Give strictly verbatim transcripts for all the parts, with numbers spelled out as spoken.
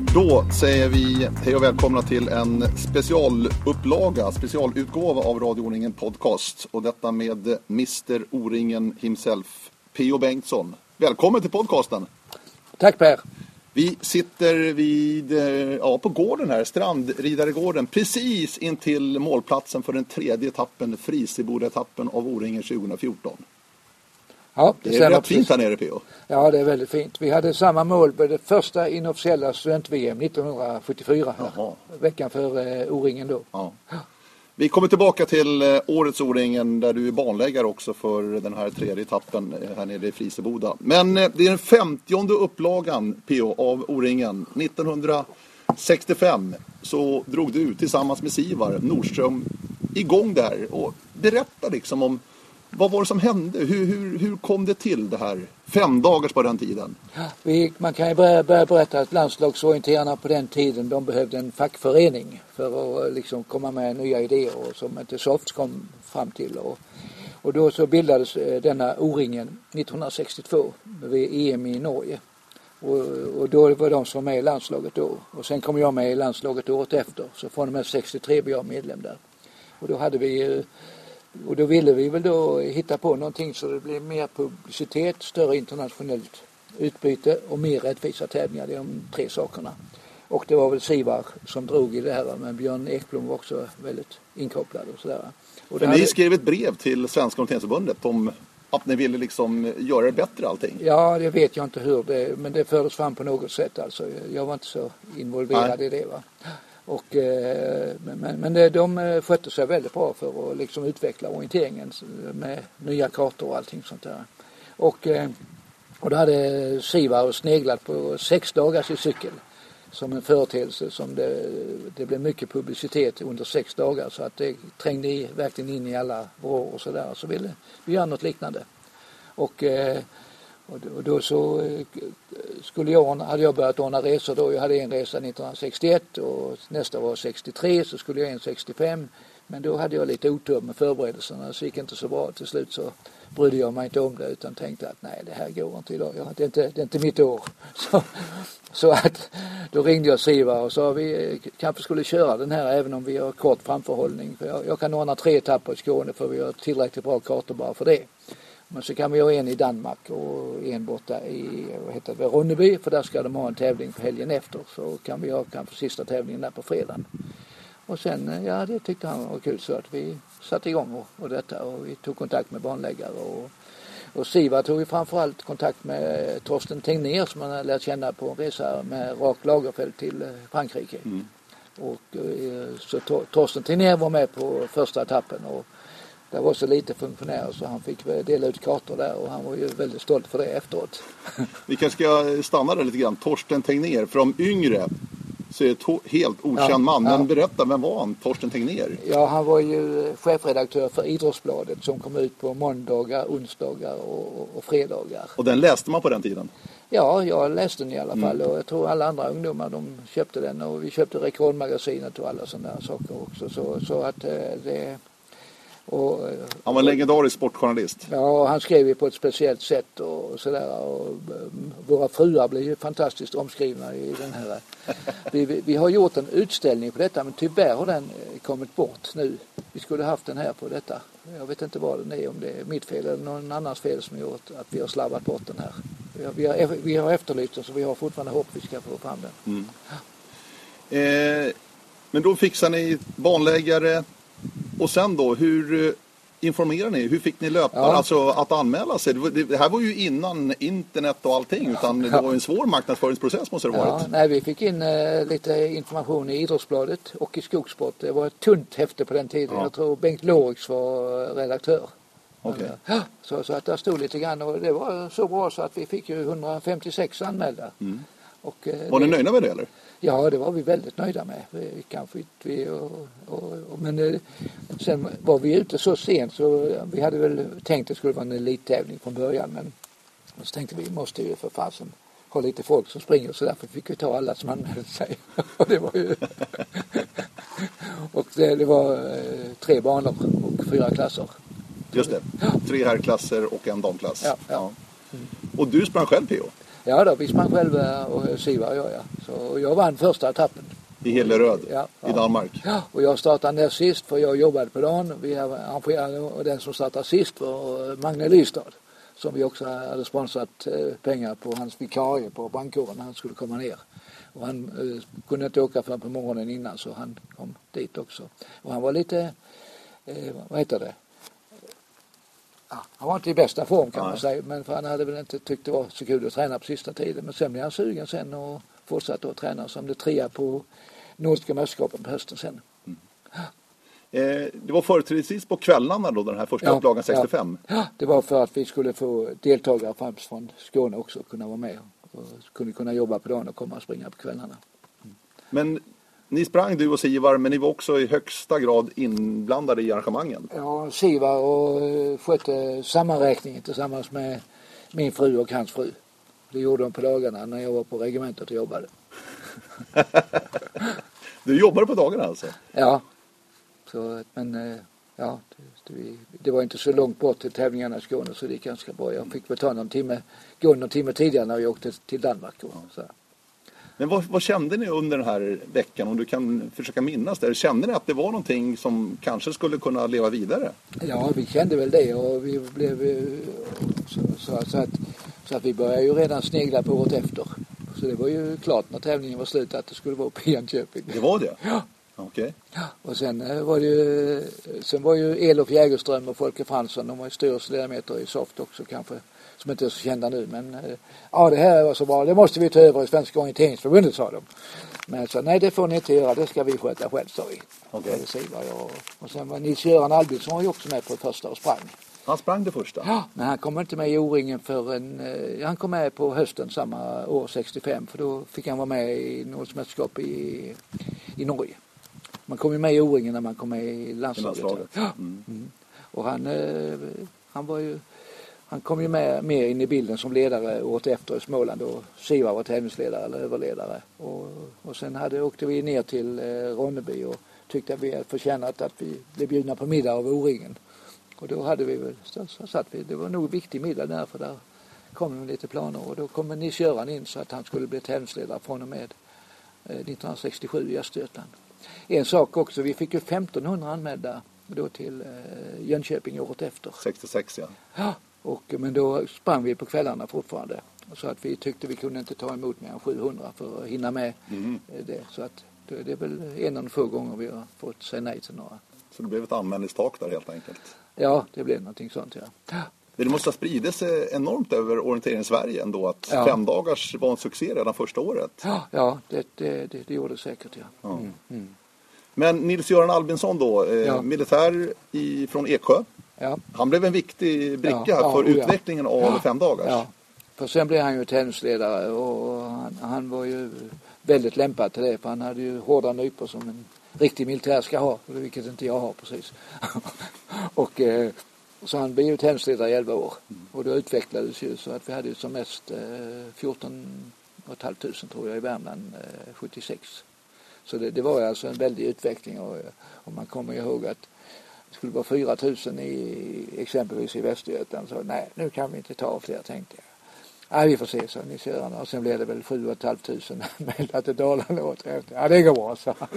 Då säger vi hej och välkomna till en specialupplaga, specialutgåva av Radio O-ringen podcast. Och detta med mister O-ringen himself, P O Bengtsson. Välkommen till podcasten. Tack Per. Vi sitter vid, ja, på gården här, Strandridaregården, precis intill målplatsen för den tredje etappen, Friseboda-etappen av O-ringen tjugo fjorton. Ja, det, det är rätt fint här nere, P O. Ja, det är väldigt fint. Vi hade samma mål på det första inofficiella student-V M nittonhundrasjuttiofyra här. Jaha. Veckan för eh, O-ringen då. Ja. Vi kommer tillbaka till eh, årets O-ringen där du är banläggare också för den här tredje etappen eh, här nere i Friseboda. Men eh, det är den femtionde upplagan, P O, av O-ringen. nittonhundrasextiofem så drog du tillsammans med Sivar Nordström igång där och berätta liksom om vad var det som hände? Hur, hur, hur kom det till det här? Fem dagars på den tiden. Vi, man kan ju börja, börja berätta att landslagsorienterarna på den tiden, de behövde en fackförening för att liksom komma med nya idéer och som inte Soft kom fram till. Och, och då så bildades denna O-ringen nittonhundrasextiotvå vid E M i Norge. Och, och då var de som var med i landslaget då. Och sen kom jag med i landslaget året efter. Så från och med sextiotre blev jag medlem där. Och då hade vi... Och då ville vi väl då hitta på någonting så det blev mer publicitet, större internationellt utbyte och mer rättvisa tävlingar. Det är de tre sakerna. Och det var väl Sivar som drog i det här, men Björn Ekblom var också väldigt inkopplad och sådär. Och För ni hade... skrev ett brev till Svenska Orienteringsförbundet om att ni ville liksom göra det bättre allting. Ja, det vet jag inte hur det, men det fördes fram på något sätt alltså. Jag var inte så involverad Nej. i det, va. Och, men men det, de skötte sig väldigt bra för att liksom utveckla orienteringen med nya kartor och allting sånt där. Och, och då hade Sivar sneglat på sex dagars i cykel som en företeelse som det, det blev mycket publicitet under sex dagar så att det trängde i, verkligen in i alla vrår och sådär. Så ville vi göra något liknande. Och Och då så skulle jag, hade jag börjat ordna resor då. Jag hade en resa nittonhundrasextioett och nästa var sextiotre så skulle jag en sextiofem. Men då hade jag lite otur med förberedelserna så gick inte så bra. Till slut så brydde jag mig inte om det utan tänkte att nej, det här går inte idag. Det är inte, det är inte mitt år. Så, så att då ringde jag Siva och sa vi kanske skulle köra den här även om vi har kort framförhållning. För jag, jag kan ordna tre etapper i Skåne för vi har tillräckligt bra kartor bara för det. Men så kan vi ha en i Danmark och en borta i vad heter det, Ronneby för där ska de ha en tävling på helgen efter. Så kan vi ha kanske sista tävlingen där på fredagen. Och sen, ja det tyckte han var kul så att vi satte igång och, och detta och vi tog kontakt med banläggare och, och Siva tog ju framförallt kontakt med Torsten Tegnér som man har lärt känna på en resa med Rak Lagerfeld till Frankrike. Mm. Och så Torsten Tegnér var med på första etappen och det var så lite funktionärer så han fick dela ut kartor där och han var ju väldigt stolt för det efteråt. Vi kanske ska stanna där lite grann. Torsten Tegnér, för de yngre så är det ett helt okänd ja, man. Men ja. Berätta, vem var han, Torsten Tegnér? Ja, han var ju chefredaktör för Idrottsbladet som kom ut på måndagar, onsdagar och, och fredagar. Och den läste man på den tiden? Ja, jag läste den i alla fall mm. och jag tror alla andra ungdomar de köpte den och vi köpte Rekordmagasinet och alla sådana där saker också. Så, så att det... Och, han var en legendarisk sportjournalist. Ja, han skrev ju på ett speciellt sätt och sådär. Och våra fruar blev ju fantastiskt omskrivna i den här. Vi, vi, vi har gjort en utställning på detta men tyvärr har den kommit bort nu. Vi skulle haft den här på detta. Jag vet inte vad den är, om det är mitt fel eller någon annans fel som gjort att vi har slarvat bort den här. Vi har, vi har, vi har efterlyst den så vi har fortfarande hopp vi ska få fram den. Mm. Eh, men då fixar ni banläggare. Och sen då, hur informerar ni? Hur fick ni löpare ja. alltså att anmäla sig? Det, det här var ju innan internet och allting, utan det var en svår marknadsföringsprocess måste det ha varit. Ja, nej, vi fick in uh, lite information i Idrottsbladet och i Skogsport. Det var ett tunt häfte på den tiden. Ja. Jag tror Bengt Lorix var redaktör. Okay. Ja, så, så att det stod lite grann och det var så bra så att vi fick ju hundrafemtiosex anmälda. Mm. Och, uh, var det, ni nöjda med det eller? Ja, det var vi väldigt nöjda med. Vi, kanske vi och, och, och, men eh, sen var vi ute så sent så vi hade väl tänkt att det skulle vara en elittävling från början. Men så tänkte vi, vi måste ju för fasen ha lite folk som springer så därför fick vi ta alla som anmälde sig. och det var ju och det, det var eh, tre banor och fyra klasser. Just det, tre herrklasser och en damklass. Ja, ja. Ja. Mm. Och du sprang själv, P O? Ja då, vi sprang själva och Siva och jag, ja. Så jag vann första etappen. I Helleröd, ja, ja. i Danmark. Ja, och jag startade näst sist för jag jobbade på dagen. Vi arrangerade, och den som startade sist var Magne Lystad. Som vi också hade sponsrat pengar på hans vikarie på brandkåren när han skulle komma ner. Och han eh, kunde inte åka för på morgonen innan så han kom dit också. Och han var lite, eh, vad heter det? Ja, han var inte i bästa form kan Nej. man säga. Men för han hade väl inte tyckt det var så kul att träna på sista tiden. Men sen blev han sugen sen och fortsatte att träna som det trea på Nordiska mästerskapen på hösten sen. Mm. Eh, det var företrädesvis på kvällarna då den här första ja, upplagan sextiofem? Ja. ja, det var för att vi skulle få deltagare främst från Skåne också kunna vara med. Och kunde kunna jobba på dagen och komma och springa på kvällarna. Mm. Men ni sprang du och Sivar, men ni var också i högsta grad inblandade i arrangemangen. Ja, Sivar och skötte sammanräkningen tillsammans med min fru och hans fru. Det gjorde de på dagarna när jag var på regementet och jobbade. Du jobbade på dagarna alltså? Ja, så, men ja, det, det, det var inte så långt bort till tävlingarna i Skåne så det gick ganska bra. Jag fick väl ta någon timme, gå någon timme tidigare när jag åkte till Danmark. Och, så. Men vad, vad kände ni under den här veckan, om du kan försöka minnas det? Kände ni att det var någonting som kanske skulle kunna leva vidare? Ja, vi kände väl det och vi blev så, så, så, att, så att vi började ju redan snegla på året efter. Så det var ju klart när tävlingen var slut att det skulle vara på Jönköping. Det var det? Ja. Okej. Okay. Ja, och sen var det ju, sen var ju Elof Jägerström och Folke Fransson, de var ju styrelseledamöter i Soft också kanske, som inte är så kända nu, men ja det här var så bra, det måste vi ta över i Svenska orienteringsförbundet, sa de. Men så nej, det får ni inte göra, det ska vi sköta själv, sa vi. Okay. Och, och sen var Nils-Göran Albinsson var ju också med på det första och sprang. Han sprang det första? Ja, men han kom inte med i O-ringen förrän, eh, han kom med på hösten samma år, sextiofem, för då fick han vara med i Nordiska mästerskap i, i Norge. Man kom ju med i O-ringen när man kom med i landslaget. Ja. Mm. Mm. Och han, eh, han var ju, han kom ju med mer in i bilden som ledare året efter i Småland och Siva var tävlingsledare eller överledare. Och, och sen hade, åkte vi ner till eh, Ronneby och tyckte att vi hade förtjänat att vi blev bjudna på middag av O-ringen. Och då hade vi väl, så, så satt vi, det var nog viktig middag där för där kom lite planer och då kom Nils-Göran in så att han skulle bli tävlingsledare från och med eh, nittonhundrasextiosju i Östergötland. En sak också, vi fick ju femtonhundra anmälda då till eh, Jönköping året efter. sextiosex ja. Ja, och, men då sprang vi på kvällarna fortfarande. Så att vi tyckte vi kunde inte ta emot mer än sjuhundra för att hinna med mm. det. Så att det, det är väl en av de få gånger vi har fått säga nej till några. Så det blev ett anmälningstak där helt enkelt? Ja, det blev någonting sånt ja. Det måste ha spridit sig enormt över orientering i Sverige ändå att ja. fem dagars var en succé redan första året. Ja, ja det, det, det, det gjorde det säkert ja. ja. Mm. Mm. Men Nils-Göran Albinsson då, eh, ja. militär i, från Eksjö. Ja. Han blev en viktig bricka ja, ja, för utvecklingen ja. av ja. fem dagars. Ja. För sen blev han ju tennisledare och han, han var ju väldigt lämpad till det för han hade ju hårda nypor som en riktig militär ska ha, vilket inte jag har precis. och eh, så han blev ju tennisledare i elva år mm. och då utvecklades ju så att vi hade ju som mest eh, fjorton och ett tusen tror jag i Värmland eh, sjuttiosex. Så det, det var alltså en väldig utveckling och, och man kommer ihåg att det skulle vara fyra tusen i exempelvis i Västergötland så nej, nu kan vi inte ta fler tänkte jag. Nej, vi får se så ni ser och sen blev det väl sju och ett halvt tusen mellan till Dalarna åt efter. Ja, det går bra så han,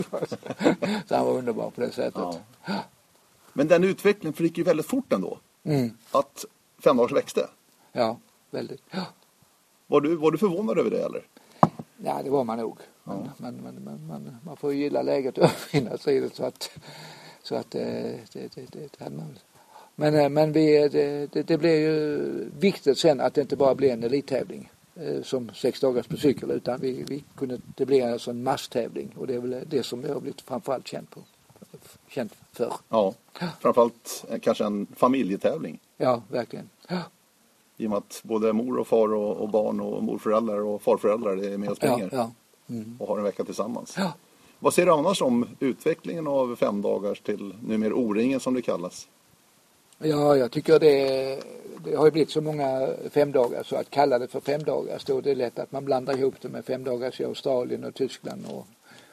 så han var underbar på det sättet. Ja. Men den utvecklingen gick ju väldigt fort ändå. Mm. Att fem dagars växte. Ja, väldigt. Ja. Var du, var du förvånad över det eller? Ja, det var man nog. Ja. Men, men, men, men man, man får ju gilla läget och finna sig i det så att, så att det, det, det, det hade man väl. Men, men vi, det, det, det blev ju viktigt sen att det inte bara blev en elittävling eh, som sex dagars på cykel utan vi, vi kunde, det blev alltså en masstävling och det är väl det som jag har blivit framförallt känt, på, känt för. Ja, framförallt kanske en familjetävling. Ja, verkligen. Ja. I och med att både mor och far och, och barn och morföräldrar och farföräldrar är med och springer ja, ja. Mm. och har en vecka tillsammans. Ja. Vad ser du annars om utvecklingen av fem dagars till numera O-ringen som det kallas? Ja, jag tycker det, det har ju blivit så många femdagar så att kalla det för femdagars då det är lätt att man blandar ihop det med femdagars i Australien och Tyskland och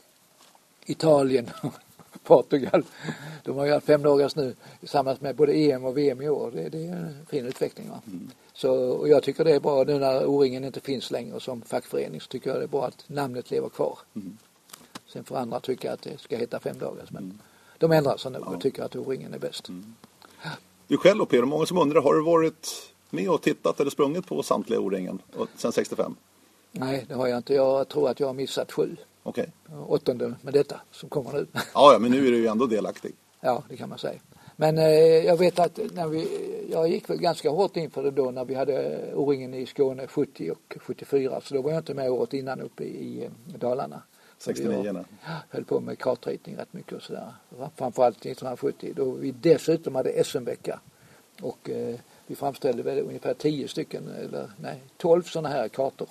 Italien och Portugal. De har ju haft femdagars nu tillsammans med både E M och V M i år. Det, det är en fin utveckling va. Mm. Så, och jag tycker det är bra nu när O-ringen inte finns längre som fackförening, så tycker jag det är bra att namnet lever kvar. Mm. Sen får andra tycka att det ska heta fem dagars, men mm. de ändrar sig nu och ja. tycker att O-ringen är bäst. Mm. Du själv och Peter, många som undrar, har du varit med och tittat eller sprungit på samtliga O-ringen sedan sextiofem? Nej, det har jag inte. Jag tror att jag har missat sju. Okej. Okay. Åttonde med detta som kommer nu. Ja, ja, men nu är du ju ändå delaktig. Ja, det kan man säga. Men eh, jag vet att när vi, jag gick väl ganska hårt in för det då när vi hade O-ringen i Skåne sjuttio och sjuttiofyra. Så då var jag inte med året innan uppe i, i Dalarna. sextionio. Vi höll på med kartritning rätt mycket och sådär. Framförallt nittonhundrasjuttio då vi dessutom hade S M-vecka. Och eh, vi framställde väl ungefär tio stycken, eller nej, tolv sådana här kartor.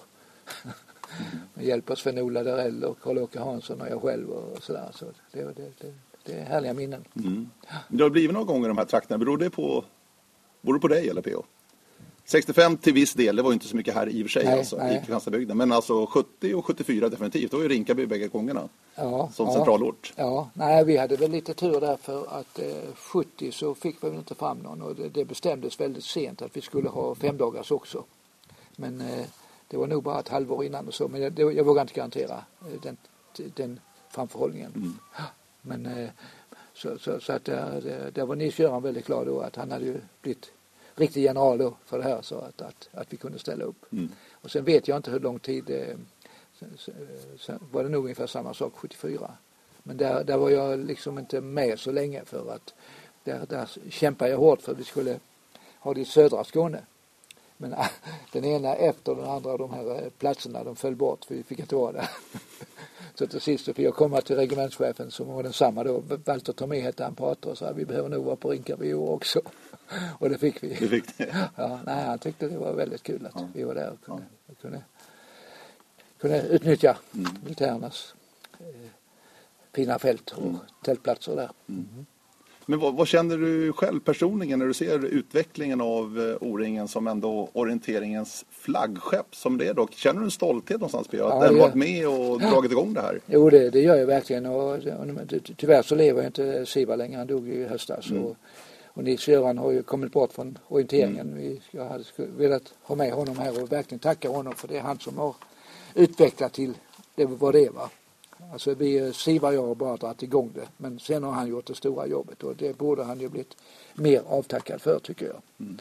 Med hjälp av Sven-Ola Darell och Karl-Åke Hansson och jag själv och sådär. Så det, det, det, det är härliga minnen. Mm. Det har blivit några gånger de här trakterna. Beror det på, beror det på dig eller P O? sextiofem till viss del, det var ju inte så mycket här i och för sig, nej, alltså, nej. i Kristianstadsbygden. Men alltså sjuttio och sjuttiofyra definitivt, då var ju Rinkaby bägge gångerna ja, som ja, centralort. Ja, nej, vi hade väl lite tur där för att eh, sjuttio så fick vi väl inte fram någon och det, det bestämdes väldigt sent att vi skulle ha fem dagars också. Men eh, det var nog bara ett halvår innan och så, men jag, det, jag vågar inte garantera eh, den, den framförhållningen. Mm. Men eh, så, så, så att där, där var Nils-Göran väldigt glad då att han hade ju blivit riktig general då för det här så att, att, att vi kunde ställa upp. Mm. Och sen vet jag inte hur lång tid, eh, sen, sen var det nog ungefär samma sak sjuttiofyra. Men där, där var jag liksom inte med så länge för att där, där kämpade jag hårt för att vi skulle ha det i södra Skåne. Men äh, den ena efter den andra av de här platserna de föll bort för vi fick inte vara där. Så till sist fick jag komma till regementschefen som var densamma då. Walter Tomé hette han, pratade och sa vi behöver nog vara på Rinkaby i år också. Och det fick vi. Det fick det. Ja, nej, han tyckte det var väldigt kul att ja. vi var där och kunde, ja. kunde, kunde utnyttja mm. militärernas eh, fina fält och mm. tältplatser där. Mm. Mm. Men vad, vad känner du själv personligen när du ser utvecklingen av eh, O-ringen som ändå orienteringens flaggskepp som det är då? Känner du en stolthet någonstans P? Att ja, den varit med och dragit igång det här? Jo, det, det gör jag verkligen. Och, och, tyvärr så lever jag inte Siva längre. Han dog i höstas. Mm. Och, och Nils-Göran har ju kommit bort från orienteringen. Mm. Vi, jag hade velat ha med honom här och verkligen tacka honom för det är han som har utvecklat till det vad det var. Alltså vi, Siva och jag har bara dragit igång det. Men sen har han gjort det stora jobbet och det borde han ju blivit mer avtackad för tycker jag. Mm.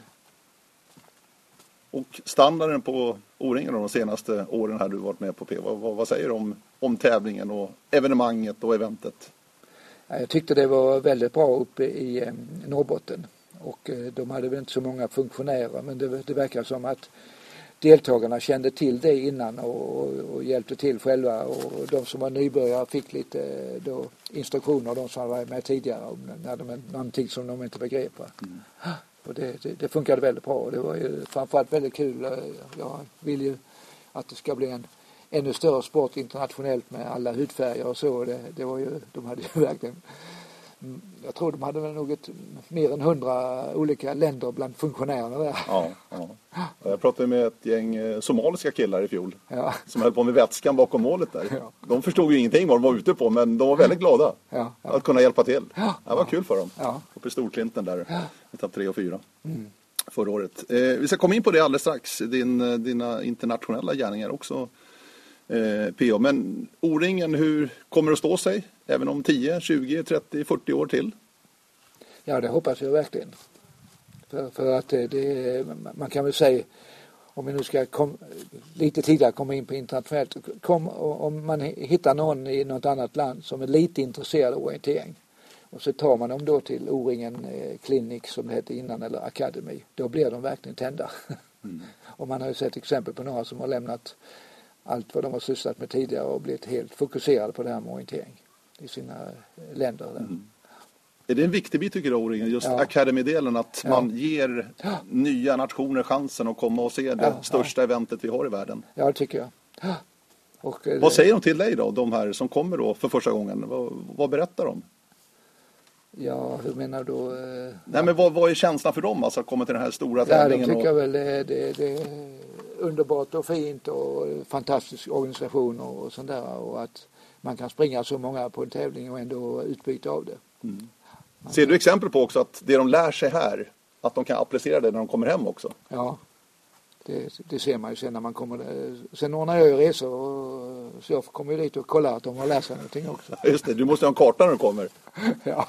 Och standarden på O-ringen de senaste åren här du varit med på P. Vad, vad, vad säger du om, om tävlingen och evenemanget och eventet? Jag tyckte det var väldigt bra uppe i eh, Norrbotten. Och eh, de hade väl inte så många funktionärer men det, det verkar som att deltagarna kände till det innan och, och, och hjälpte till själva och de som var nybörjare fick lite då, instruktioner av de som var med tidigare om när de, någonting som de inte begrep. Mm. Och det, det, det funkade väldigt bra och det var ju framförallt väldigt kul. Jag vill ju att det ska bli en ännu större sport internationellt med alla hudfärger och så. Det, det var ju, de hade ju verkligen jag tror de hade väl något mer än hundra olika länder bland funktionärerna där. Ja, ja. Jag pratade med ett gäng somaliska killar i fjol ja. som höll på med vätskan bakom målet där. Ja. De förstod ju ingenting vad de var ute på men de var väldigt glada ja, ja. att kunna hjälpa till. Ja, det var ja. kul för dem. Ja. Uppe i Storklinten där, ja. etapp tre och fyra mm. förra året. Eh, vi ska komma in på det alldeles strax, Din, dina internationella gärningar också. Eh, P O. Men O-ringen, hur kommer det att stå sig? Även om tio, tjugo, trettio, fyrtio år till? Ja, det hoppas jag verkligen. För, för att det, det, man kan väl säga, om vi nu ska kom, lite tidigare komma in på internationellt, kom, om man hittar någon i något annat land som är lite intresserad av orientering och så tar man dem då till O-ringen eh, Clinic som det hette innan eller Academy, då blir de verkligen tända. Mm. Och man har ju sett exempel på några som har lämnat allt vad de har sysslat med tidigare och blivit helt fokuserade på det här med orientering i sina länder. Där. Mm. Är det en viktig bit tycker du, O-ringen, just ja. Academy-delen, att ja. man ger ja. nya nationer chansen att komma och se det ja. största ja. eventet vi har i världen? Ja, det tycker jag. Ja. Och, vad det... säger de till dig då, de här som kommer då för första gången? Vad, vad berättar de? Ja, hur menar du då? Nej, men vad, vad är känslan för dem alltså, att komma till den här stora tävlingen? Ja, de tycker och... väl det, det, det är underbart och fint och fantastisk organisation och, och sånt där. Och att man kan springa så många på en tävling och ändå utbyta av det. Mm. Ser du exempel på också att det de lär sig här, att de kan applicera det när de kommer hem också? Ja, Det, det ser man ju sen när man kommer där. Sen ordnar jag ju resor och, så jag kommer ju dit och kollar att de har läst någonting också. Just det, du måste ha en karta när du kommer. Ja.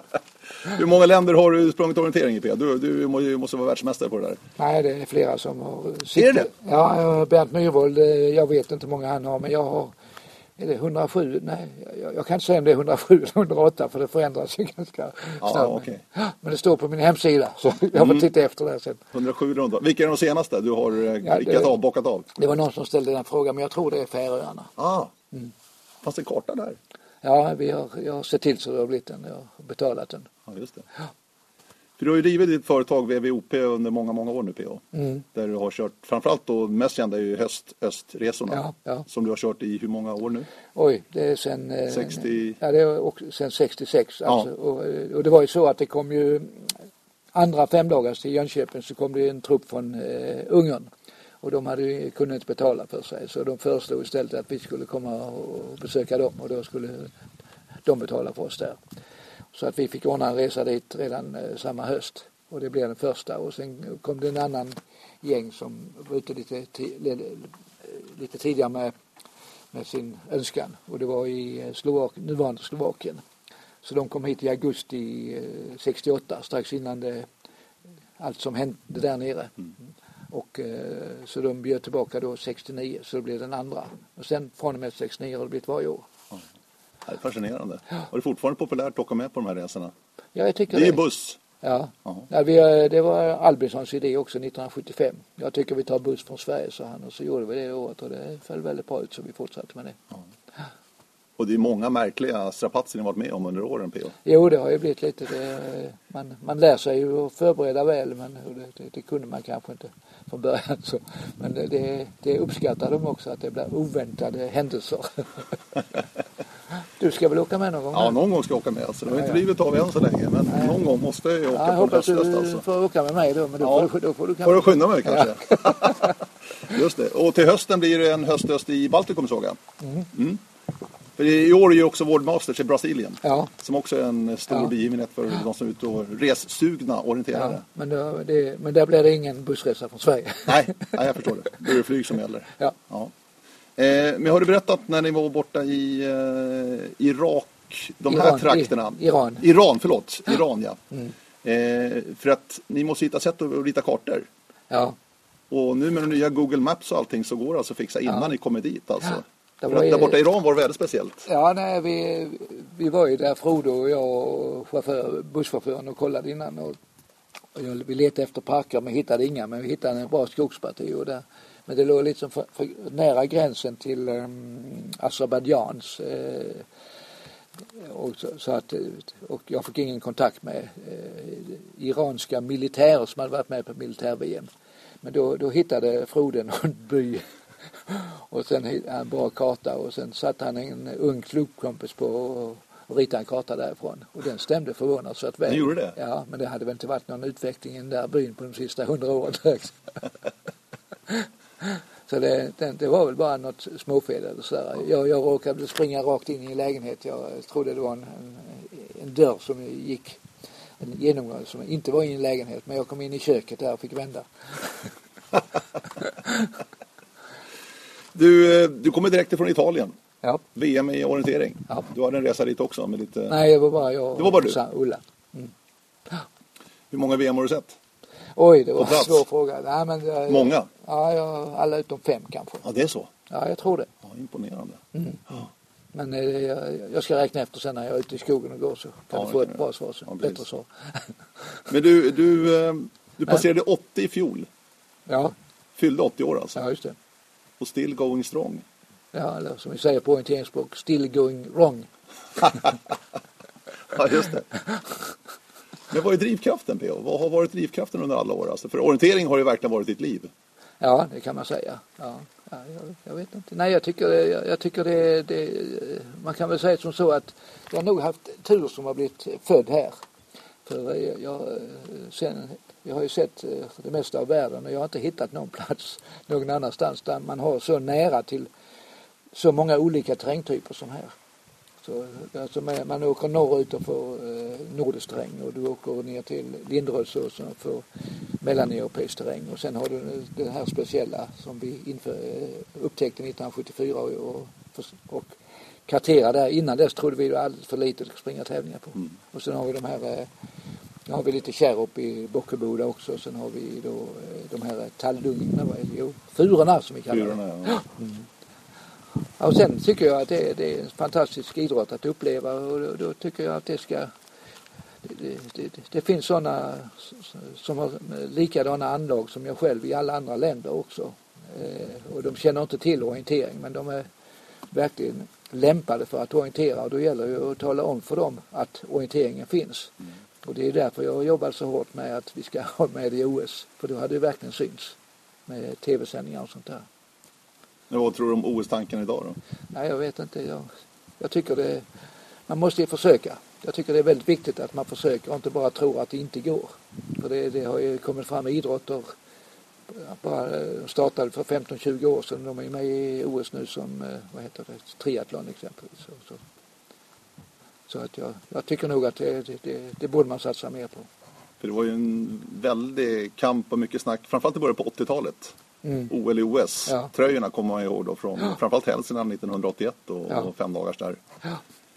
Hur många länder har du sprungit orientering i, P? Du, du måste vara världsmästare på det där. Nej, det är flera som har sitt. Är det? Ja, Bernt Myhrvold, jag vet inte hur många han har, men jag har, är det hundrasju? Nej, jag, jag kan inte säga om det är hundrasju eller hundraåtta, för det förändras ju ganska ja, snabbt. Okay. Men det står på min hemsida, så jag får mm. titta efter det sen. hundrasju runt. Vilka är de senaste du har ja, rickat av, bockat av? Det var någon som ställde den frågan, men jag tror det är Färöarna. Ah, mm. Fanns det en karta där? Ja, vi har, jag har sett till så det har blivit den. Jag har betalat den. Ja, just det. Ja. För du har ju drivit ditt företag V V O P under många, många år nu, P O. Mm. Där du har kört, framförallt då mest kända är ju höst-östresorna. Ja, ja. Som du har kört i hur många år nu? Oj, det är sen... sextio... Ja, det är också sen sextiosex. Alltså. Ja. Och, och det var ju så att det kom ju andra femdagars till Jönköping så kom det en trupp från eh, Ungern. Och de hade ju kunnat inte betala för sig. Så de föreslog istället att vi skulle komma och besöka dem. Och då skulle de betala för oss där. Så att vi fick ordna en resa dit redan eh, samma höst. Och det blev den första. Och sen kom det en annan gäng som var ute lite, t- lite tidigare med, med sin önskan. Och det var i Slovak- nuvarande Slovakien. Så de kom hit i augusti eh, sextioåtta, strax innan det, allt som hände där nere. Mm. Och eh, så de bjöd tillbaka då sextionio, så det blev den andra. Och sen från och med sextionio har det blivit varje år. Ja. Det är fascinerande. Ja. Och det är fortfarande populärt att åka med på de här resorna? Ja, jag tycker det. Det är det. buss? Ja, ja vi, det var Albinssons idé också nittonhundrasjuttiofem. Jag tycker vi tar buss från Sverige, så han. Och så gjorde vi det året och det föll väldigt bra ut, så vi fortsatte med det. Ja. Och det är många märkliga strapatser ni varit med om under åren, P O. Jo, det har ju blivit lite. Det, man, man lär sig ju att förbereda väl, men det, det, det kunde man kanske inte från början. Så. Men det, det, det uppskattar de också, att det blir oväntade händelser. Du ska väl åka med någon gång? Ja, någon gång ska jag åka med. Alltså. Det har ja, inte blivit av än så länge, men Nej. någon gång måste jag ju åka ja, jag på hoppas höst. Du alltså. får åka med mig då, men då ja. får du, då får du kanske... Får du skynda mig kanske? Ja. Just det. Och till hösten blir det en höstöst i Baltikum, såg jag. Mm. Mm. För i år är ju också World Masters i Brasilien. Ja. Som också är en stor ja. begivenhet för de som är ute och ressugna orienterare. Ja, men, då, det, men där blir det ingen bussresa från Sverige. Nej, nej jag förstår det. Det är det flyg som gäller. Ja. Ja. Eh, men har du berättat när ni var borta i eh, Irak, de Iran, här trakterna? I, Iran. Iran, förlåt. Iran, ja. Mm. Eh, för att ni måste hitta sätt att rita kartor. Ja. Och nu med de nya Google Maps och allting så går det alltså att fixa innan ja. ni kommer dit alltså. Ja. För att där borta i Iran var det väldigt speciellt. Ja, nej, vi, vi var ju där, Frodo och jag och chaufför, busschauffören och kollade innan. Och, och jag, vi letade efter parker men hittade inga, men vi hittade en bra skogsparti. Och där, men det låg liksom för, för nära gränsen till um, Azerbajdzjans. Eh, och, så, så att, och jag fick ingen kontakt med eh, iranska militärer som hade varit med på militär-V M. Men då, då hittade Frodo en by. Och sen en bra karta och sen satt han en ung klubbkompis på och, och ritade en karta därifrån. Och den stämde förvånansvärt väl. Den gjorde det? Ja, men det hade väl inte varit någon utveckling i den där byn på de sista hundra åren direkt. Så det, det, det var väl bara något småfel eller sådär. Jag, jag råkade springa rakt in i en lägenhet. Jag trodde det var en, en, en dörr som gick, en genomgång som inte var i en lägenhet. Men jag kom in i köket där och fick vända. Du, du kommer direkt från Italien. Ja. V M i orientering. Ja. Du hade en resa dit också med lite... Nej, det var bara jag det var bara du. och Ulla. Mm. Hur många V M har du sett? Oj, det var en svår fråga. Nej, men jag, många? Ja, jag, alla utom fem kanske. Ja, det är så? Ja, jag tror det. Ja, imponerande. Mm. Ja. Men eh, jag, jag ska räkna efter sen när jag är ute i skogen och går så kan ja, du få ett bra svar. Så. Ja, bättre svar. Men du, du, du passerade ja. åttio i fjol. Ja. Fyllde åttio år alltså. Ja, just det. Och still going strong. Ja, eller som vi säger på orienteringsspråk, still going wrong. Ja, just det. Men vad är drivkraften, P O? Vad har varit drivkraften under alla år? Alltså, för orientering har ju verkligen varit ditt liv. Ja, det kan man säga. Ja, ja jag, jag vet inte. Nej, jag tycker, jag, jag tycker det, det... Man kan väl säga som så att jag har nog haft tur som har blivit född här. För jag, jag, sen, jag har ju sett det mesta av världen och jag har inte hittat någon plats någon annanstans där man har så nära till så många olika terrängtyper som här. Så, alltså man åker norrut och får eh, nordisk terräng och du åker ner till Linderöds och så får mellaneuropeisk terräng och sen har du det här speciella som vi inför, eh, upptäckte nittonhundrasjuttiofyra och, och, och karterade där. Innan dess trodde vi det var alldeles för lite att springa tävlingar på. Mm. Och sen har vi de här, eh, har vi lite kärr upp i Bockeboda också och sen har vi då eh, de här talldungarna, jo, furorna som vi kallar furorna, det. Ja. Mm. Ja, och sen tycker jag att det, det är en fantastisk idrott att uppleva och då, då tycker jag att det ska det, det, det, det finns sådana som har likadana anlag som jag själv i alla andra länder också eh, och de känner inte till orientering men de är verkligen lämpade för att orientera och då gäller det att tala om för dem att orienteringen finns mm. och det är därför jag jobbar så hårt med att vi ska ha med det i O S för då hade det verkligen syns med tv-sändningar och sånt där. Men vad tror du om O S-tanken idag då? Nej, jag vet inte. Jag, jag tycker det, man måste ju försöka. Jag tycker det är väldigt viktigt att man försöker och inte bara tror att det inte går. För det, det har ju kommit fram idrotter, bara startade för femton tjugo år sedan. De är med i O S nu som, vad heter det, triathlon exempelvis. Så, så. så att jag, jag tycker nog att det, det, det, det borde man satsa mer på. För det var ju en väldig kamp och mycket snack, framförallt i början på åttiotalet. Mm. O L i O S. Ja. Tröjorna kommer man ihåg då från ja. framförallt Hälsingland nittonhundraåttioett och, ja. och fem dagars där. Ja. Mm.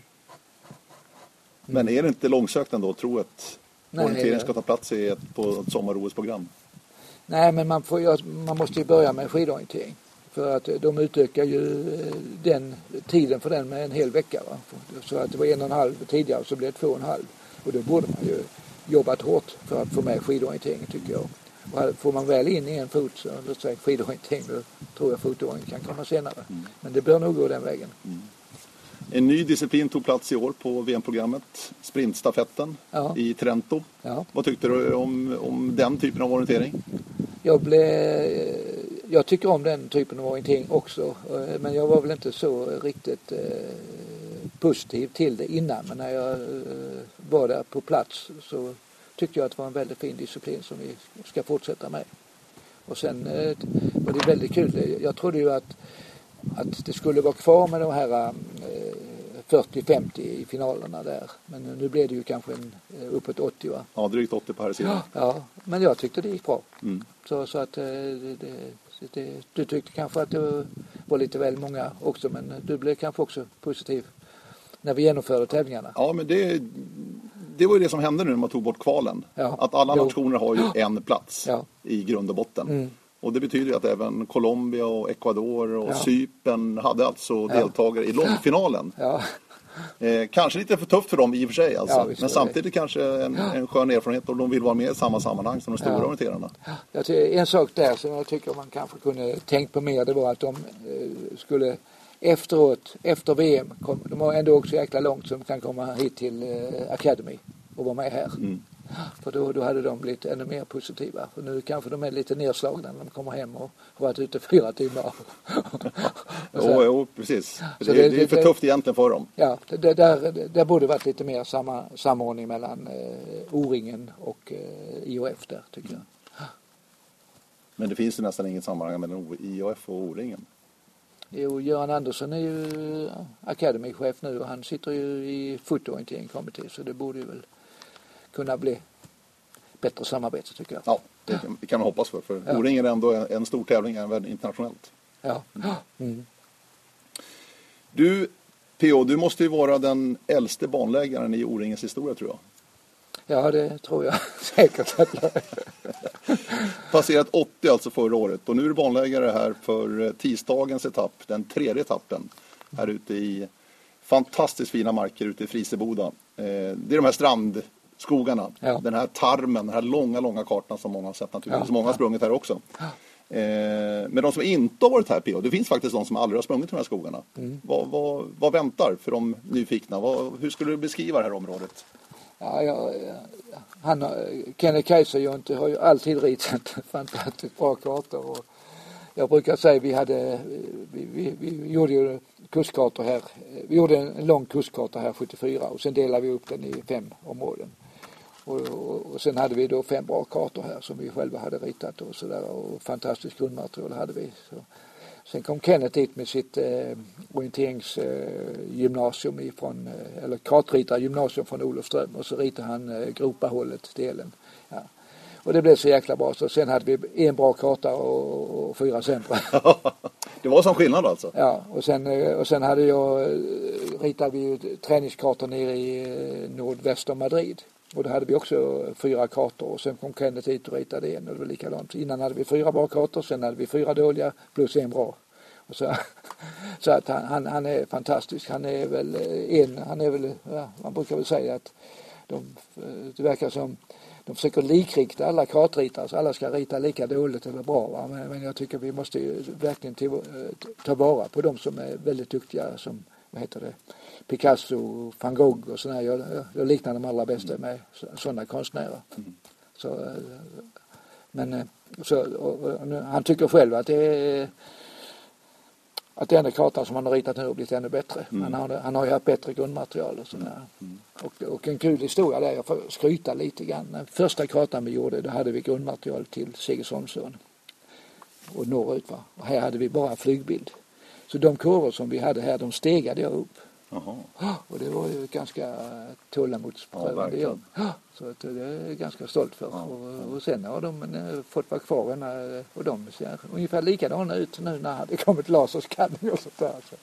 Men är det inte långsökt ändå att tro att orientering ska ta plats i ett, på ett sommar-O S-program? Nej, men man, får, man måste ju börja med skidorientering. För att de utökar ju den tiden för den med en hel vecka. Va? Så att det var en och en halv tidigare så blev det två och en halv. Och då borde man ju jobbat hårt för att få med skidorienteringen tycker jag. Och får man väl in i en fot så låt säga skidorientering då tror jag fotorientering kan komma senare. Mm. Men det bör nog gå den vägen. Mm. En ny disciplin tog plats i år på V M-programmet, sprintstafetten ja. i Trento. Ja. Vad tyckte du om, om den typen av orientering? Jag, blev, jag tycker om den typen av orientering också, men jag var väl inte så riktigt eh, positiv till det innan. Men när jag eh, var där på plats så tyckte jag att det var en väldigt fin disciplin som vi ska fortsätta med. Och sen eh, var det väldigt kul. Jag trodde ju att, att det skulle vara kvar med de här eh, fyrtio femtio i finalerna där. Men nu blev det ju kanske en, uppåt åttio va? Ja, drygt åttio på här sidan. Ja, ja, men jag tyckte det gick bra. Mm. Så, så att det, det, det, du tyckte kanske att det var lite väl många också, men du blev kanske också positiv när vi genomförde tävlingarna. Ja, men det, det var ju det som hände nu när man tog bort kvalen. Ja. Att alla jo. nationer har ju en plats ja. i grund och botten. Mm. Och det betyder ju att även Colombia och Ecuador och ja. Cypern hade alltså ja. deltagare i långfinalen. Ja. Eh, kanske lite för tufft för dem i och för sig alltså. Ja, men samtidigt det. kanske en, ja. en skön erfarenhet och de vill vara med i samma sammanhang som de stora ja. orienterarna. Ja, en sak där som jag tycker man kanske kunde tänkt på mer, det var att de eh, skulle efteråt, efter V M, kom, de var ändå också jäkla långt så de kan komma hit till eh, Academy och vara med här. Mm. För då, då hade de blivit ännu mer positiva. För nu kanske de är lite nedslagna när de kommer hem och har varit ute fyra timmar. Jo, jo, precis. Det, det, det är för det, tufft egentligen för dem. Ja, det, det, där, det, där borde varit lite mer samma, samordning mellan eh, O-ringen och eh, I O F där, tycker jag. Men det finns ju nästan inget sammanhang mellan I O F och O-ringen. Jo, Göran Andersson är ju akademichef nu och han sitter ju i fotorienteringskommitté så det borde ju väl kunna bli bättre samarbete tycker jag. Ja, det kan, det kan man hoppas för. För ja. O-ringen är ändå en, en stor tävling även internationellt. Ja. Mm. Du, P O, du måste ju vara den äldste banläggaren i O-ringens historia tror jag. Ja, det tror jag säkert att jag är. Passerat åttio alltså förra året och nu är du banläggare här för tisdagens etapp, den tredje etappen här ute i fantastiskt fina marker ute i Friseboda. Eh, det är de här strandskogarna, ja. den här tarmen, den här långa, långa kartan som många har sett naturligtvis. Ja. Många har sprungit här också. Ja. Eh, men de som inte har varit här, P O, det finns faktiskt de som aldrig har sprungit i de här skogarna. Mm. Vad, vad, vad väntar för de nyfikna? Vad, hur skulle du beskriva det här området? Ja, jag, han, Kenneth Kaiser har ju alltid ritat fantastiskt bra kartor och jag brukar säga vi hade vi, vi, vi gjorde ju kustkartor här vi gjorde en lång kustkarta här sjuttiofyra och sen delade vi upp den i fem områden och, och, och sen hade vi då fem bra kartor här som vi själva hade ritat och sådär och fantastiskt grundmaterial hade vi så. Sen kom Kenneth dit med sitt eh, orienteringsgymnasium eh, ifrån, eh, eller kartritargymnasium från Olofström, och så ritade han eh, Gropahållet-delen. Ja. Och det blev så jäkla bra, så sen hade vi en bra karta och, och fyra sämre. Det var som skillnad alltså? Ja, och sen, och sen hade jag, ritade vi träningskartor nere i nordväster Madrid. Och då hade vi också fyra kartor, och sen kom Kenneth hit och ritade en, och det var likadant. Innan hade vi fyra bra kartor, sen hade vi fyra dåliga plus en bra. Och så så att han, han, han är fantastisk. Han är väl en, han är väl, ja, man brukar väl säga att de, det verkar som de försöker likrikta alla kartritare, så alla ska rita lika dåligt eller bra. Va? Men, men jag tycker vi måste ju verkligen till, ta vara på de som är väldigt duktiga, som, vad heter det, Picasso, Van Gogh och sådär. Jag, jag liknar de allra bästa med sådana konstnärer. Så, men så, och, och, han tycker själv att det är att den enda kartan som han har ritat nu har blivit ännu bättre. Mm. Han, har, han har ju haft bättre grundmaterial och sådär. Mm. Och, och en kul historia där, jag får skryta lite grann. Den första kartan vi gjorde, då hade vi grundmaterial till Segersholmsån och norrut. Va? Och här hade vi bara flygbild. Så de kurvor som vi hade här, de stegade jag upp. Aha. Och det var ju ganska tålamodsprövande ja, jobb. Så att det är jag ganska stolt för. Ja. Och, och sen har de fått vara kvar och de ser ungefär likadana ut nu när det kommit laserskanning och sånt där. Så.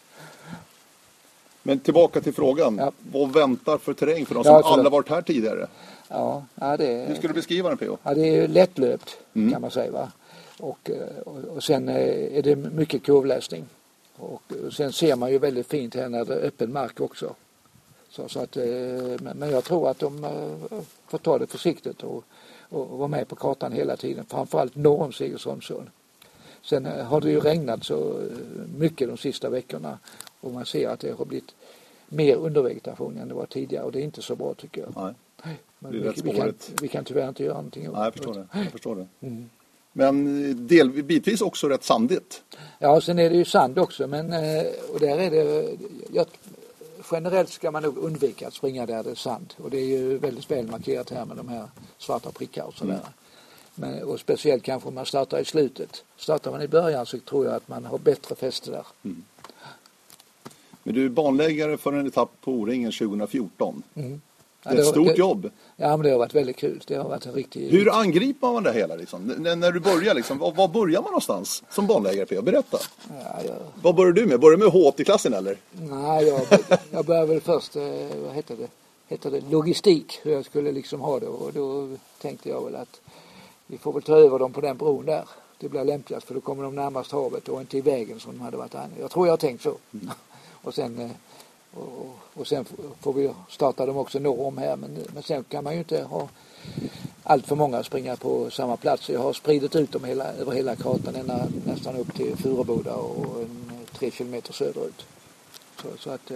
Men tillbaka till frågan. Ja. Vad väntar för terräng för de som ja, aldrig varit här tidigare? Ja, ja, det, hur skulle du beskriva den, P O? Ja, det är lättlöpt mm. kan man säga. Va? Och, och, och sen är det mycket kurvläsning. Och sen ser man ju väldigt fint här när det är öppen mark också. Så, så att, men jag tror att de får ta det försiktigt och, och vara med på kartan hela tiden. Framförallt norr om Segersholmsån. Sen har det ju regnat så mycket de sista veckorna. Och man ser att det har blivit mer undervegetation än det var tidigare. Och det är inte så bra, tycker jag. Nej, men vi, vi, kan, vi kan tyvärr inte göra någonting. Nej, jag förstår det. Jag förstår det. Mm. Men del, bitvis också rätt sandigt. Ja, sen är det ju sand också. Men, och där är det, jag, generellt ska man nog undvika att springa där det är sand. Och det är ju väldigt väl markerat här med de här svarta prickar och sådär. Mm. Men, och speciellt kanske om man startar i slutet. Startar man i början så tror jag att man har bättre fäste där. Mm. Men du är banläggare för en etapp på O-ringen tjugo fjorton. Mm. Ja, det är ett stort det, jobb. Ja, men det har varit väldigt kul. Det har varit en riktig... Hur angriper man det hela liksom? N- när du börjar liksom, var, var börjar man någonstans som banläggare, P? Berätta. Ja, jag... Vad börjar du med? Börjar du med H åttio-klassen eller? Nej, jag, jag började väl först, eh, vad heter det? Heter det logistik, hur jag skulle liksom ha det. Och då tänkte jag väl att vi får väl ta över dem på den bron där. Det blir lämpligast, för då kommer de närmast havet och inte i vägen som de hade varit här. Jag tror jag har tänkt så. Mm. och sen... Eh, Och, och sen får vi starta dem också norr om här, men, men sen kan man ju inte ha allt för många springa på samma plats. Jag har spridit ut dem hela, över hela kartan ända, nästan upp till Furuboda och en, tre kilometer söderut. Så, så att,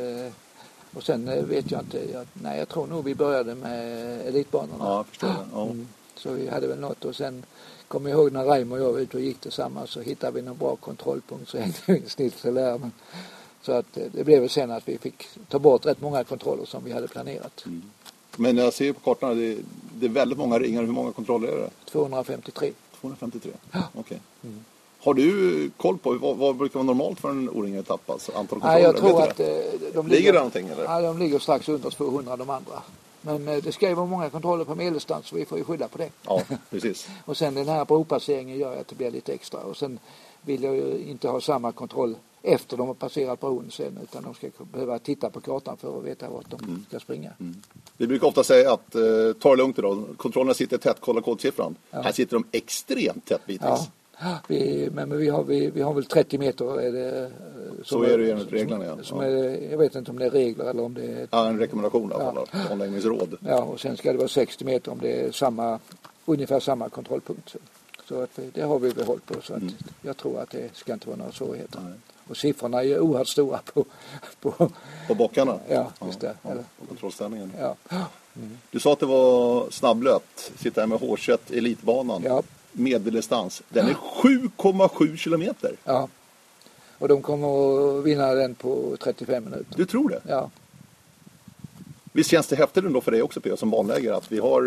och sen vet jag inte, jag, nej jag tror nog vi började med elitbanorna. Ja, jag förstår det. Ja. Mm, så vi hade väl något, och sen kommer jag ihåg när Raimo och jag var ute och gick tillsammans, så hittade vi någon bra kontrollpunkt, så hängde vi en snitsel där. Men, så att det blev sen att vi fick ta bort rätt många kontroller som vi hade planerat. Mm. Men jag ser på kartan, det, det är väldigt många ringar. Hur många kontroller är det? tvåhundrafemtiotre. tvåhundrafemtiotre? Ja. Okej. Okay. Mm. Har du koll på vad, vad brukar vara normalt för en O-ring-etapp? Alltså antal kontroller? Ja, jag tror att de ligger... Ligger det någonting eller? Ja, de ligger strax under tvåhundra de andra. Men det ska ju vara många kontroller på medelstans, så vi får ju skydda på det. Ja, precis. Och sen den här bropasseringen gör att det blir lite extra. Och sen vill jag ju inte ha samma kontroll efter de har passerat bron sen, utan de ska behöva titta på kartan för att veta vart de mm. ska springa. Mm. Vi brukar ofta säga att eh, ta det lugnt idag. Kontrollerna sitter tätt, kolla kodsiffran. Ja. Här sitter de extremt tätt bitvis. Ja. Vi, men, men vi, har, vi, vi har väl trettio meter. Är det, så är det ju enligt reglerna. Ja. Som är, jag vet inte om det är regler eller om det är... Ja, en rekommendation i alla fall. Ja. Anläggningsråd. Ja, och sen ska det vara sextio meter om det är samma, ungefär samma kontrollpunkt. Så att det har vi väl hållit på. Så att mm. jag tror att det ska inte vara några svårigheter. Nej. Och siffrorna är ju oerhört stora på... På, på bockarna? Ja, just det. Ja, eller? På kontrollställningen. Ja. Mm. Du sa att det var snabblöpt. Sitta här med H tjugoett elitbanan. Ja. Medeldistans. Den är sju komma sju kilometer. Ja. Och de kommer att vinna den på trettiofem minuter. Du tror det? Ja. Visst känns det häftigt ändå för dig också, P, som banlägare, att vi har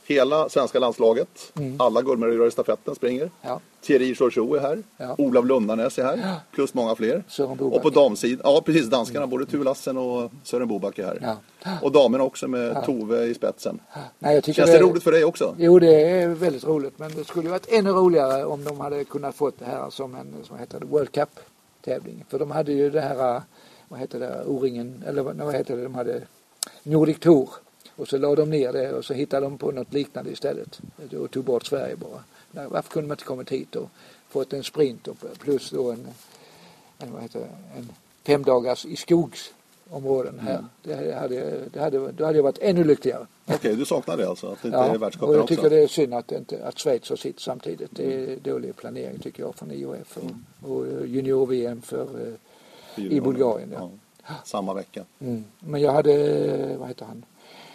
hela svenska landslaget. Mm. Alla guldmedaljörer i stafetten springer. Ja. Thierry Chouchou är här. Ja. Olof Lundarnäs är här. Ja. Plus många fler. Och på damsidan, ja precis, danskarna, mm. både Tue Lassen och Sören Boback är här. Ja. Och damerna också med ja. Tove i spetsen. Nej, jag Känns det, det roligt för dig också? Jo, det är väldigt roligt. Men det skulle varit ännu roligare om de hade kunnat få det här som en som heter det, World Cup-tävling. För de hade ju det här, vad heter det, O-ringen, eller vad heter det, de hade Nordic Tour. Och så la de ner det och så hittade de på något liknande istället. Och tog bort Sverige bara. Varför kunde man inte kommit hit och fått en sprint och plus då en, en, vad heter det, en fem dagars i skogsområden här. Mm. Det hade, det hade, då hade jag varit ännu lyckligare. Okej, okay, du saknar det alltså? Att det inte ja, är världscupen och jag tycker också. Det är synd att, inte, att Schweiz har sitt samtidigt. Det är dålig planering tycker jag från I O F och, mm. och junior-V M för, för i Bulgarien. Ja. Ja. Samma vecka. Mm. Men jag hade, vad heter han?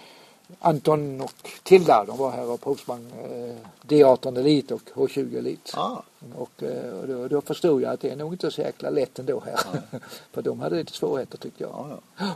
Anton och Tilda, de var här och provsprang eh, D arton Elite och H tjugo Elite. Ah. Och, eh, och då, då förstod jag att det är nog inte så jäkla lätt ändå här. Ah. För de hade lite svårigheter tycker jag. Ah, ja.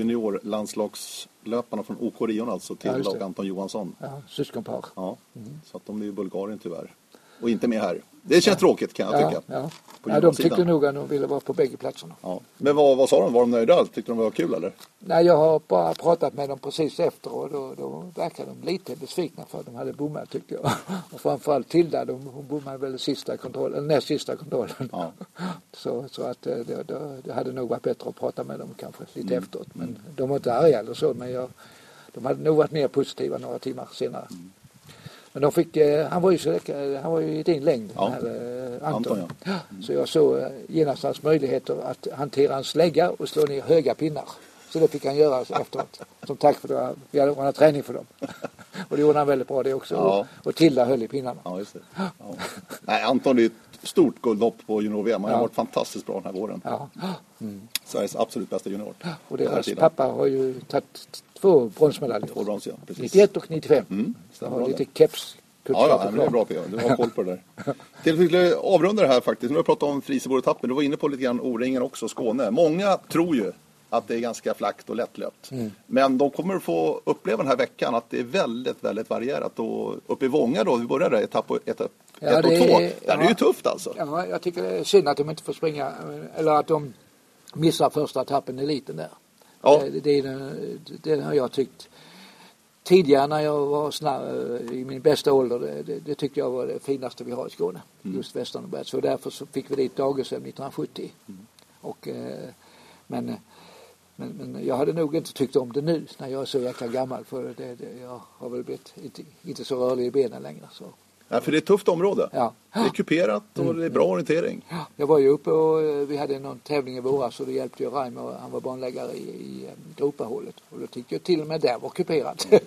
Juniorlandslagslöparna från O K Rion alltså, Tilda ja, och Anton Johansson. Ja, syskonpar. Ja, mm. Så att de är i Bulgarien tyvärr. Och inte med här. Det känns ja. tråkigt kan jag ja, tycka. Ja. Ja, de tyckte nog att de ville vara på bägge platserna. Ja. Men vad, vad sa de? Var de nöjda? Tyckte de det var kul eller? Nej, jag har bara pratat med dem precis efter och då, då verkade de lite besvikna för att de hade bommat tyckte jag. Och framförallt Tilda, de, hon bommade väl sista kontrollen, eller näst sista kontrollen. Ja. Så, så att det, det, det hade nog varit bättre att prata med dem kanske lite mm. efteråt. Men mm. de var inte arga eller så, men jag, de hade nog varit mer positiva några timmar senare. Mm. Men de fick, han var ju så, han var ju i din längd, ja. Den här, eh, Anton. Anton ja. Mm. Så jag såg genast hans möjligheter att hantera en slägga och slå ner höga pinnar. Så det fick han göra efteråt. Som tack för det. Vi hade ordnat träning för dem. Och det gjorde han väldigt bra det också. Ja. Och Tilda höll i pinnarna. Ja, just det. Ja. Nej, Anton är ett stort guldlopp på junior-V M. Han har ja. varit fantastiskt bra den här våren. Ja. Mm. Sveriges absolut bästa junior. Och deras pappa har ju tagit två bronsmedaljer. Två brons, ja. Precis. nittioett och nittiofem. Mm. Jag har lite keps. Ja, ja, det är bra P A. Du har koll på det där. Till att avrunda det här faktiskt. Nu har vi pratat om Friseborg-etappen. Du var inne på lite grann O-ringen också, Skåne. Många tror ju att det är ganska flackt och lättlöpt. Mm. Men de kommer att få uppleva den här veckan att det är väldigt, väldigt varierat. Och uppe i Vånga då, vi började etapp ett, ett, ja, ett och är, två. Det ja, är ju tufft alltså. Ja, jag tycker det är synd att de inte får springa, eller att de missar första etappen i eliten där. Ja. Det, det, det, det har jag tyckt. Tidigare när jag var snabb, i min bästa ålder, det, det, det tyckte jag var det finaste vi har i Skåne. Mm. Just Västernberg. Så därför så fick vi dit Dagesem nittonhundrasjuttio. Mm. Och, eh, men, men, men jag hade nog inte tyckt om det nu när jag är så jäkla gammal. För det, det, jag har väl blivit inte, inte så rörlig i benen längre. Så. Ja, för det är ett tufft område. Ja. Det är kuperat och mm. det är bra orientering. Ja. Jag var ju uppe och vi hade någon tävling i våras så det hjälpte ju Raimo och han var banläggare i, i gropahålet. Och då tyckte jag till och med där var kuperat. Ja.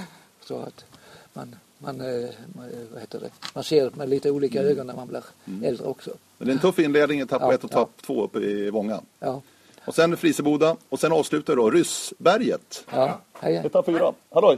Så att man, man, vad heter det? Man ser med lite olika mm. ögon när man blir mm. äldre också. Men det är en tuff inledning, etapp ja, ett och etapp ja. två uppe i Vånga. Ja. Och sen Friseboda och sen avslutar då Ryssberget. Ja, hej. Etapp fyra. Hallå!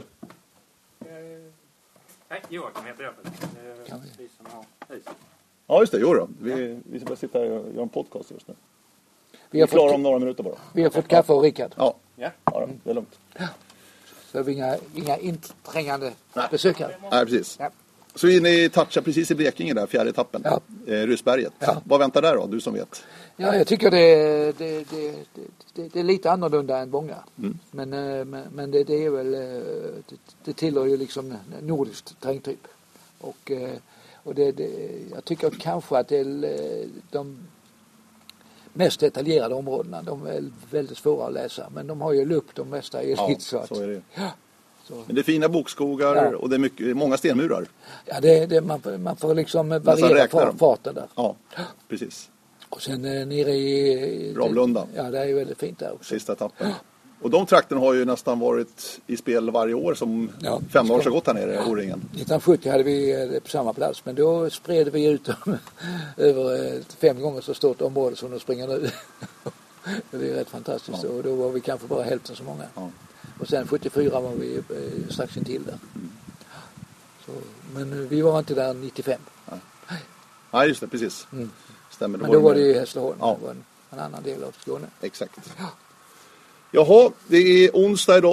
Nej, Joakim heter jag. Det är vi som har huset. Ja, just det. Jo då. Vi, vi ska bara sitta här och göra en podcast just nu. Vi, vi är klara om några minuter bara. Vi har fått kaffe och Rickard. Ja, ja. ja det är lugnt. Ja. Så har vi inga, inga inträngande Nej. besökare. Nej, precis. Ja. Så ni touchar precis i Blekinge där, fjärde etappen. Ja. Eh, Ryssberget. Ja. Vad väntar där då, du som vet? Ja, jag tycker det, det, det, det, det är lite annorlunda än Vånga. Mm. Men, men, men det, det är väl, det, det tillhör ju liksom nordiskt terrängtyp. Och, och det, det, jag tycker kanske att det är de mest detaljerade områdena, de är väldigt svåra att läsa. Men de har ju lupp de mesta i elit. Ja, så är det. Ja. Så. Men det är fina bokskogar ja. och det är mycket, många stenmurar. Ja, det, det, man, man får liksom variera far, farten där. Ja, precis. Och sen eh, nere i... Ravlunda. Ja, det är ju väldigt fint där också. Sista etappen. Ja. Och de trakterna har ju nästan varit i spel varje år som ja, fem år så gått här nere i O-ringen. nittonhundrasjuttio hade vi det på samma plats, men då spred vi ut dem över fem gånger så stort område som de springer nu. Det är rätt fantastiskt. Ja. Och då var vi kanske bara hälften så många. Ja. Och sen sjuttiofyra var vi eh, strax intill där. Mm. Så, men vi var inte där nittiofem. Nej, Nej just det, precis. Mm. Stämmer. Men då var det i Hässleholm. Ja. Det var en, en annan del av Skåne. Exakt. Ja. Jaha, det är onsdag idag.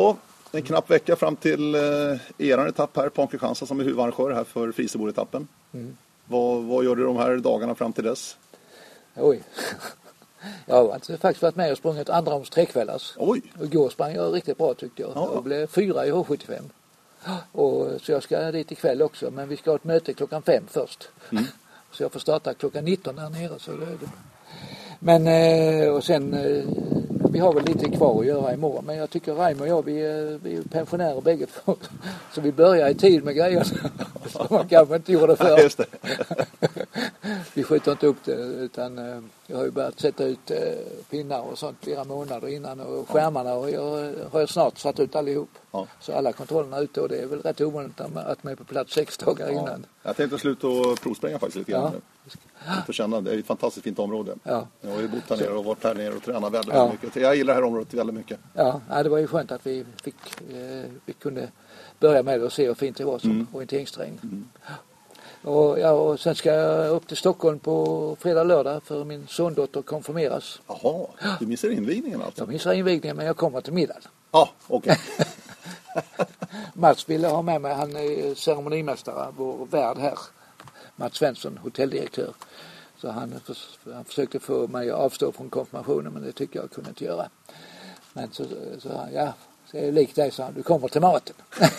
En knapp vecka fram till eh, eran etapp här på Kristianstad som är huvudarrangör här för Friseborg-etappen. Mm. Vad, vad gör du de här dagarna fram till dess? Oj. Jag har alltså faktiskt varit med och sprungit andra om trekvällars. Oj. Och igår sprang jag riktigt bra tyckte jag. Ja. Jag blev fyra i H sjuttiofem. Och, så jag ska dit ikväll också. Men vi ska ha ett möte klockan fem först. Mm. Så jag får starta klockan nitton där nere. Så det, men och sen vi har väl lite kvar att göra imorgon. Men jag tycker Raimo och jag vi, vi är pensionärer bägge två. Så vi börjar i tid med grejer. Så man kanske inte gjorde det förr. Ja, just det. Vi skjuter inte upp det utan jag har ju börjat sätta ut pinnar och sånt flera månader innan och skärmarna och jag har snart satt ut allihop. Ja. Så alla kontrollerna är ute och det är väl rätt ovanligt att man är på plats sex dagar ja. innan. Jag tänkte sluta och provspränga faktiskt lite grann nu. Att känna, det är ett fantastiskt fint område. Ja. Jag har ju bott här nere och varit här nere och tränat väldigt, ja. väldigt mycket. Jag gillar det här området väldigt mycket. Ja, det var ju skönt att vi fick, vi kunde börja med att se hur fint det var som mm. orienteringsträning. Mm. Och, ja, och sen ska jag upp till Stockholm på fredag lördag för min sondotter konfirmeras. Jaha, du missar invigningen alltså? Jag missar invigningen men jag kommer till middag. Ja, okej. Okay. Mats ville ha med mig, han är ceremonimästare, vår värd här. Mats Svensson, hotelldirektör. Så han, han försökte få mig att avstå från konfirmationen men det tycker jag kunde inte göra. Men så sa han, ja, så är det likt dig, så han, du kommer till maten.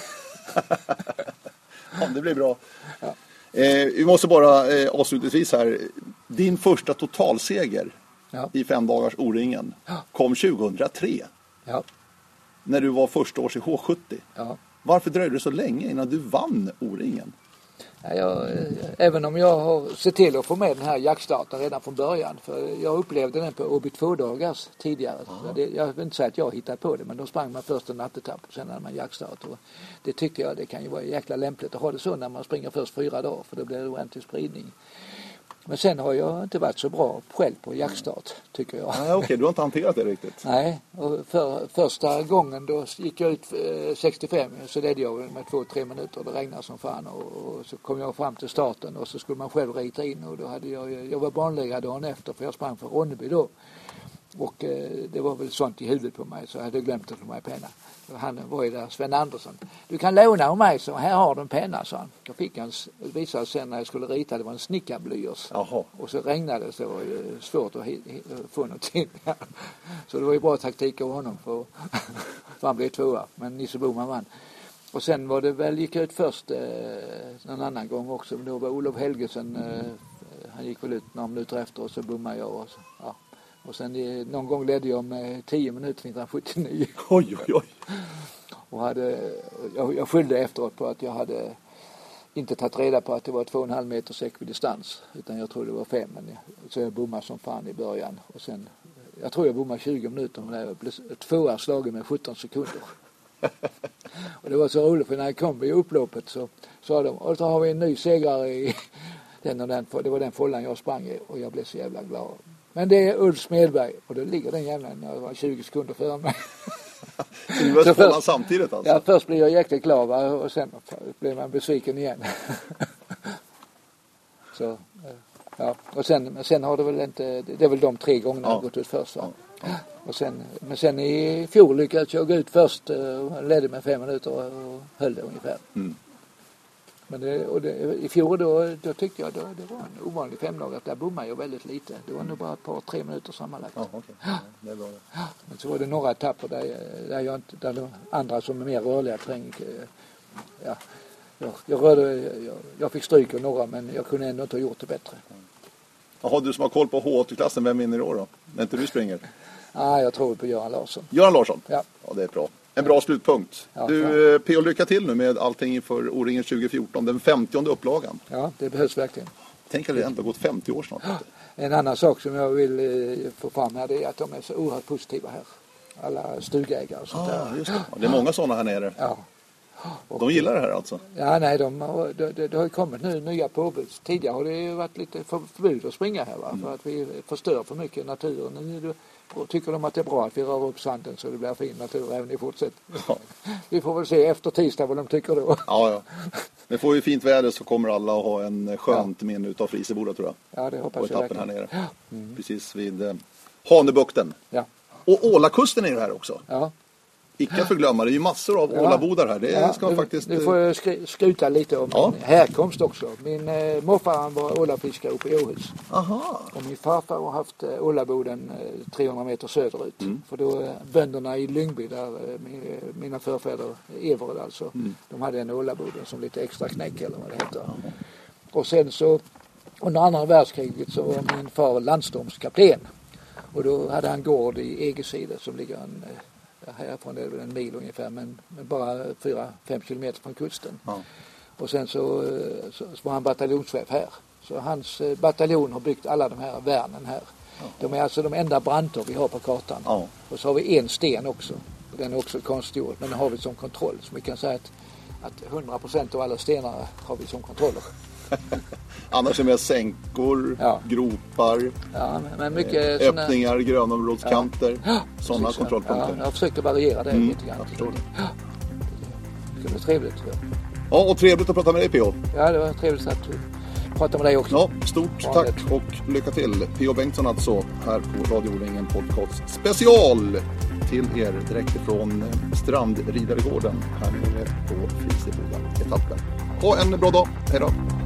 Ja, det blir bra. Ja. Eh, vi måste bara eh, avslutningsvis här. Din första totalseger ja. i fem dagars O-ringen ja. kom tjugohundratre. Ja. När du var första års i H sjuttio. Ja. Varför dröjde det så länge innan du vann O-ringen? Ja, jag, även om jag har sett till att få med den här jaktstarten redan från början. För jag upplevde den på O B två-dagars tidigare. Ja. Det, jag vill inte säga att jag hittat på det, men då sprang man först en nattetapp och sen hade man jaktstart. Och det tyckte jag, det kan ju vara jäkla lämpligt att ha det så när man springer först fyra dagar, för då blir det ordentlig spridning. Men sen har jag inte varit så bra själv på jaktstart, tycker jag. Nej, okej, du har inte hanterat det riktigt. Nej, och för, första gången då gick jag ut eh, sextiofem, så ledde jag med två, tre minuter, det regnade som fan och, och så kom jag fram till starten och så skulle man själv rita in och då hade jag, jag var barnläggare dagen efter för jag sprang för Ronneby då. Och eh, det var väl sånt i huvudet på mig så jag hade glömt att få mig penna. Han var ju där, Sven Andersson. Du kan låna av mig, så här har du en penna, sa han. Jag fick han visa sen när jag skulle rita, det var en snickarblyers. Och så regnade det, så det var ju svårt att få någonting. Så det var ju bra taktik av honom för, för han blev tvåa. Men Nisse Boman vann. Och sen var det väl, gick jag ut först eh, någon annan gång också. Men då var Olof Helgesen, eh, han gick väl ut några minuter efter och så bommade jag. Och, så, ja. och sen eh, någon gång ledde jag med tio minuter nittonhundrasjuttionio. Oj, oj, oj. Och hade, jag, jag skyllde efteråt på att jag hade inte tagit reda på att det var två och en halv meter ekvidistans. Utan jag trodde det var fem. Men jag, så jag bommade som fan i början. Och sen, jag tror jag bommade tjugo minuter. Men jag blev tvåa slagen med sjutton sekunder. Och det var så roligt för när jag kom vid upploppet så sa de, och så har vi en ny segrare i den och den. Det var den follan jag sprang i och jag blev så jävla glad. Men det är Ulf Smedberg och då ligger den jävlen när jag var tjugo sekunder före mig. Så du var follan samtidigt alltså? Ja, först blev jag jäkligt glad va? Och sen blev man besviken igen. Så, ja. Och sen, sen har det väl inte, det är väl de tre gångerna ja. jag gått ut först va? Ja. Och sen, men sen i fjol lyckades jag gå ut först och ledde med fem minuter och höll det ungefär. Mm. Men det, och det, i fjol då, då tyckte jag då, det var en ovanlig femdagar, där bommade jag väldigt lite. Det var nog bara ett par, tre minuter sammanlagt. Ja, okay. Ja, det är bra det. Men så var det några etapper där, där, jag inte, där de andra som är mer rörliga träng, ja, jag, jag, rörde, jag, jag fick stryk av några men jag kunde ändå inte ha gjort det bättre. Jaha, du som har koll på H åttio-klassen, vem vinner då då? När inte du springer? Ja, jag tror på Göran Larsson. Göran Larsson? Ja. Ja, det är bra. En bra slutpunkt. Ja, du, P O, lycka till nu med allting inför O-ringen tjugo fjorton, den femtionde upplagan. Ja, det behövs verkligen. Tänk att det ändå gått femtio år snart. En annan sak som jag vill eh, få fram här, det är att de är så oerhört positiva här. Alla stugägare och sånt ah, där. Just det. Det är många sådana här nere. Ja. Och de gillar det här alltså? Ja, nej, de, det, det, det har ju kommit nu nya påbud. Tidigare har det ju varit lite förbud att springa här va? Mm. För att vi förstör för mycket naturen. Nu tycker de att det är bra att vi rör upp sanden så det blir fin natur även i fortsättningen. Ja. Vi får väl se efter tisdag vad de tycker då. Ja, ja. Men får vi fint väder så kommer alla att ha en skönt ja. minne utav Friseborda tror jag. Ja, det hoppas på jag etappen här nere. Mm. Precis vid eh, Hanöbukten. Ja. Och Ålakusten är det här också. Ja. icke förglömma, det är ju massor av ja. ålabodar här. Det ja, ska du, faktiskt... Du får sk- skryta lite om ja. min härkomst också. Min eh, morfar han var ålafiskare uppe i Åhus. Aha. Och min farfar har haft eh, ålaboden eh, trehundra meter söderut. Mm. För då eh, bönderna i Lyngby, där eh, min, mina förfäder, Everöd alltså, mm. de hade en ålaboden som lite extra knäck eller vad det heter. Mm. Och sen så, under andra världskriget så var min far landstormskapten. Och då hade han gård i Egeside som ligger en, härifrån är det väl en mil ungefär, men, men bara fyra fem kilometer från kusten. Ja. Och sen så, så, så var han bataljonschef här. Så hans bataljon har byggt alla de här värnen här. Ja. De är alltså de enda branter vi har på kartan. Ja. Och så har vi en sten också. Och den är också konstgjord, men den har vi som kontroll. Så vi kan säga att, att hundra procent av alla stenar har vi som kontroller. Annars är det med sänkor, ja. gropar, ja, men mycket öppningar, såna... grönområdskanter, ja. sådana precis, kontrollpunkter. Ja, jag har försökt att variera det mm, lite grann. Det. Ja. Det blir trevligt. Ja. ja, och trevligt att prata med dig, P O. Ja, det var trevligt att prata med dig också. Ja, stort Vanligt. tack och lycka till. P O Bengtsson alltså, här på Radio O-ringen podcast special till er direkt ifrån Strandridaregården här nere på Friseboda Etappen. Och en bra dag. Hej då!